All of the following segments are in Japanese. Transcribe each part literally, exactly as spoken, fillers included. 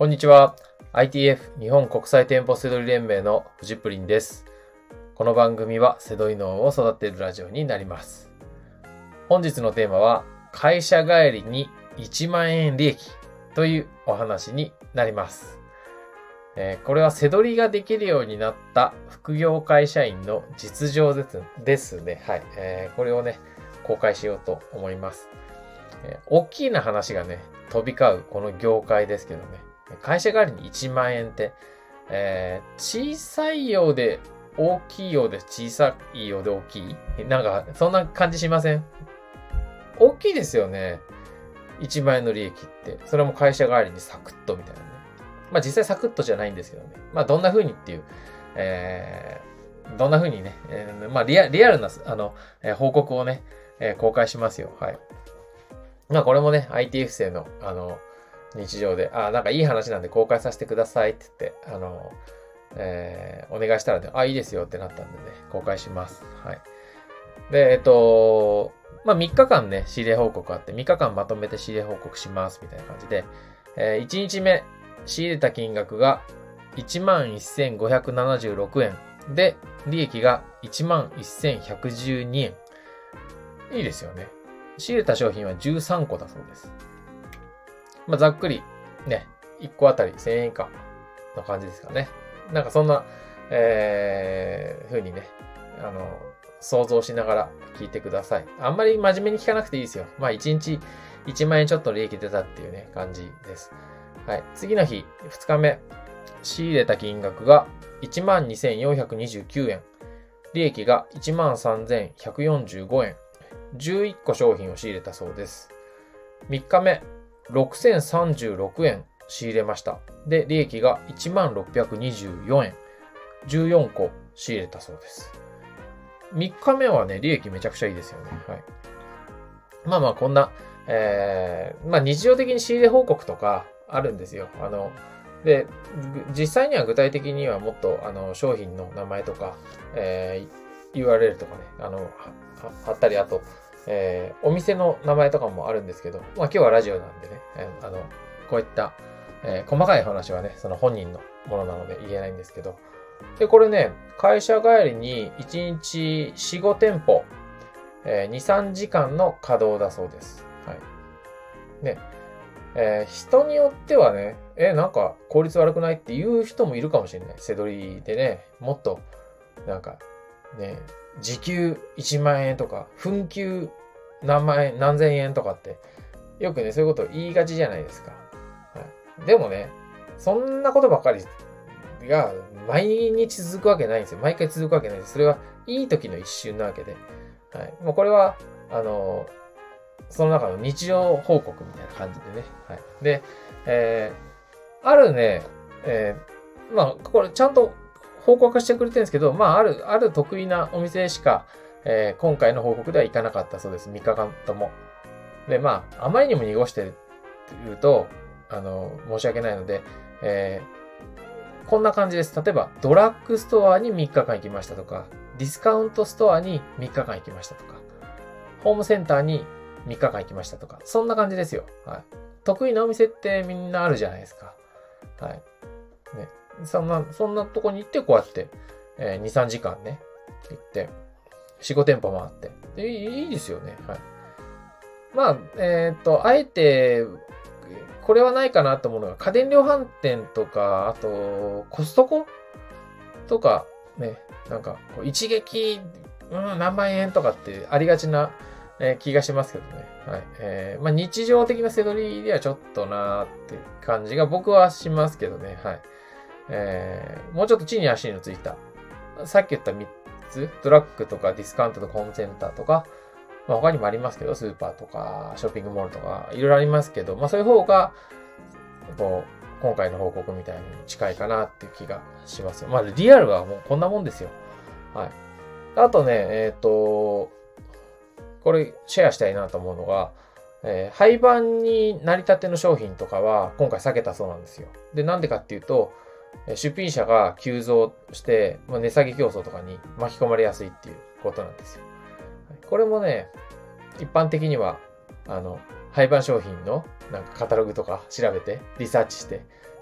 こんにちは。アイティーエフ 日本国際店舗セドリ連盟のフジプリンです。この番組はセドリ脳を育てるラジオになります。本日のテーマは会社帰りにいちまんえん利益というお話になります。えー、これはセドリができるようになった副業会社員の実情ですですね。はい、えー。これをね、公開しようと思います。えー、大きな話がね、飛び交うこの業界ですけどね。会社帰りにいちまんえんって、えー、小さいようで大きいようで小さいようで大きいなんか、そんな感じしません？大きいですよね。いちまんえんの利益って。それも会社帰りにサクッとみたいなね。まあ実際サクッとじゃないんですけどね。まあどんな風にっていう、えー、どんな風にね、えー、まあリアリアルな、あの、えー、報告をね、えー、公開しますよ。はい。まあこれもね、アイティーエフ 生の、あの、日常で、あ、なんかいい話なんで公開させてくださいって言って、あの、えー、お願いしたらね、あ、いいですよってなったんでね、公開します。はい。で、えっと、まあ、みっかかんね、仕入れ報告あって、みっかかんまとめて仕入れ報告します、みたいな感じで、えー、いちにちめ、仕入れた金額が いちまんせんごひゃくななじゅうろくえんで、利益が いちまんせんひゃくじゅうにえん。いいですよね。仕入れた商品はじゅうさんこだそうです。まあ、ざっくり、ね、いっこあたりせんえん以下の感じですかね。なんかそんな、えー、風にね、あの、想像しながら聞いてください。あんまり真面目に聞かなくていいですよ。まあ、いちにちいちまんえんちょっと利益出たっていうね、感じです。はい。次の日、ふつかめ、仕入れた金額が いちまんにせんよんひゃくにじゅうきゅうえん。利益が いちまんさんぜんひゃくよんじゅうごえん。じゅういっこ商品を仕入れたそうです。みっかめ、ろくせんさんじゅうろくえん仕入れました。で、利益が いちまんろっぴゃくにじゅうよえん。じゅうよんこ仕入れたそうです。みっかめはね、利益めちゃくちゃいいですよね。はい。まあまあ、こんな、えー、まあ日常的に仕入れ報告とかあるんですよ。あの、で、実際には具体的にはもっと、あの、商品の名前とか、えー、ユーアールエル とかね、あの、貼ったり、あと、えー、お店の名前とかもあるんですけど、まあ今日はラジオなんでね、えー、あの、こういった、えー、細かい話はね、その本人のものなので言えないんですけど、で、これね、会社帰りにいちにちよん、ごてんぽ、えー、に、さんじかんの稼働だそうです。はい。ね、えー、人によってはね、え、なんか効率悪くないっていう人もいるかもしれない。背取りでね、もっと、なんか、ね、時給いちまんえんとか、分給何万円、何千円とかって、よくね、そういうこと言いがちじゃないですか。はい、でもね、そんなことばっかりが毎日続くわけないんですよ。毎回続くわけないです。それはいい時の一瞬なわけで。はい。もうこれは、あの、その中の日常報告みたいな感じでね。はい。で、えー、あるね、えー、まあ、これちゃんと報告してくれてるんですけど、まあ、ある、ある得意なお店しか、えー、今回の報告では行かなかったそうです。みっかかんとも。で、まあ、あまりにも濁してると、あの、申し訳ないので、えー、こんな感じです。例えば、ドラッグストアにみっかかん行きましたとか、ディスカウントストアにみっかかん行きましたとか、ホームセンターにみっかかん行きましたとか、そんな感じですよ。はい。得意なお店ってみんなあるじゃないですか。はい。ね。そんな、そんなとこに行って、こうやって、えー、に、さんじかんね、行って、よん、ご店舗回って。で、いいですよね。はい。まあ、えっと、あえて、これはないかなと思うのが、家電量販店とか、あと、コストコとか、ね、なんか、一撃、うん、何万円とかってありがちな、えー、気がしますけどね。はい。えー、まあ日常的な背取りではちょっとなーって感じが僕はしますけどね。はい。えー、もうちょっと地に足のついた。さっき言ったみっつ、ドラッグとかディスカウントとかホームセンターとか、まあ他にもありますけど、スーパーとかショッピングモールとか、いろいろありますけど、まあそういう方が、こう、今回の報告みたいに近いかなっていう気がしますよ。まあリアルはもうこんなもんですよ。はい。あとね、えっと、これシェアしたいなと思うのが、えー、廃盤になりたての商品とかは今回避けたそうなんですよ。で、なんでかっていうと、出品者が急増して、まあ、値下げ競争とかに巻き込まれやすいっていうことなんですよ。これもね、一般的には、あの、廃盤商品のなんかカタログとか調べて、リサーチして、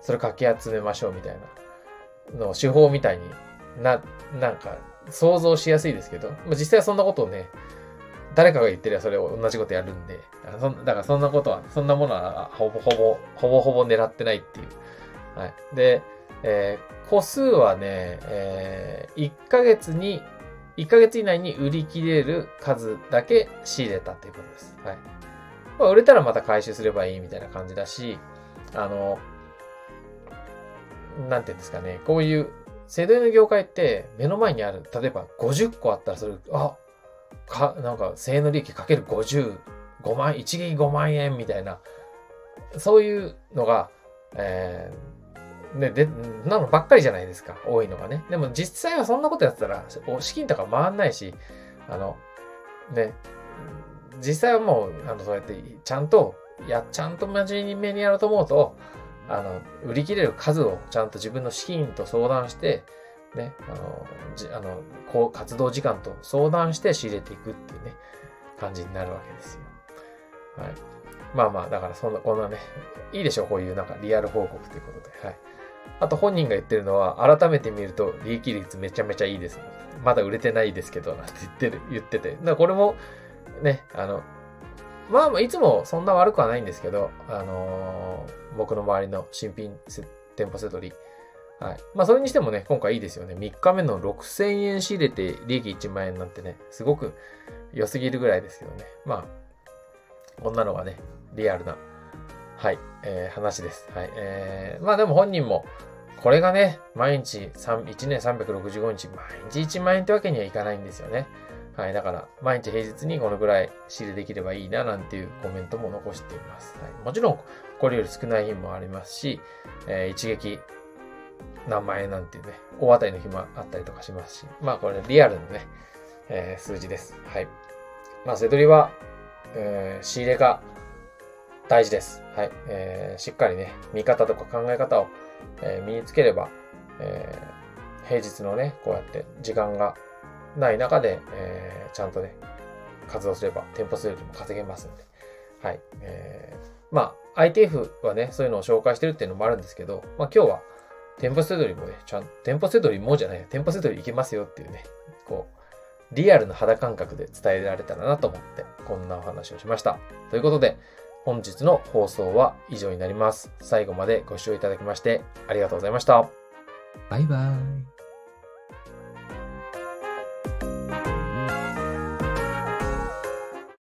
それかき集めましょうみたいなの手法みたいにな、なんか想像しやすいですけど、実際はそんなことをね、誰かが言ってりゃそれを同じことやるんで、そだからそんなことは、そんなものはほぼほぼ、ほぼほぼ狙ってないっていう。はい。で、えー、個数はね、えー、いっかげつに、いっかげつ以内に売り切れる数だけ仕入れたっていうことです。はい。まあ、売れたらまた回収すればいいみたいな感じだし、あの、なんていうんですかね、こういう、セドリの業界って目の前にある、例えばごじゅっこあったらそれ、あ、か、なんか、せんえんの利益かけるごじゅう、ごまん、一撃ごまんえんみたいな、そういうのが、えー、ね、で、なのばっかりじゃないですか、多いのがね。でも実際はそんなことやってたら、資金とか回んないし、あの、ね、実際はもう、あの、そうやって、ちゃんと、や、ちゃんと真面目にやろうと思うと、あの、売り切れる数をちゃんと自分の資金と相談して、ね、あの、じ、あの、こう、活動時間と相談して仕入れていくっていうね、感じになるわけですよ。はい。まあまあ、だからそんな、こんなね、いいでしょう、こういうなんかリアル報告ということで。はい。あと本人が言ってるのは、改めて見ると利益率めちゃめちゃいいです。まだ売れてないですけど、なんて言ってる、言ってて。だからこれも、ね、あの、まあまあ、いつもそんな悪くはないんですけど、あのー、僕の周りの新品店舗セドリ。はい。まあ、それにしてもね、今回いいですよね。みっかめのろくせんえん仕入れて利益いちまんえんなんてね、すごく良すぎるぐらいですけどね。まあ、こんなのがね、リアルな、はい、えー、話です。はい。えー、まあでも本人も、これがね、毎日いちねんさんびゃくろくじゅうごにち、毎日いちまんえんってわけにはいかないんですよね。はい。だから、毎日平日にこのぐらい仕入れできればいいな、なんていうコメントも残しています。はい。もちろん、これより少ない日もありますし、えー、一撃何万円なんていうね、大当たりの日もあったりとかしますし、まあこれリアルのね、えー、数字です。はい。まあ、セドリは、えー、仕入れが大事です。はい。えー、しっかりね、見方とか考え方を、えー、身につければ、えー、平日のね、こうやって時間がない中で、えー、ちゃんとね、活動すれば店舗数よりも稼げますので。はい。えー、まあ、アイティーエフ はね、そういうのを紹介してるっていうのもあるんですけど、まあ今日は店舗セドリもね、ちゃん、店舗セドリもじゃない、店舗セドリいけますよっていうね、こう、リアルな肌感覚で伝えられたらなと思って、こんなお話をしました。ということで、本日の放送は以上になります。最後までご視聴いただきましてありがとうございました。 バイバイ。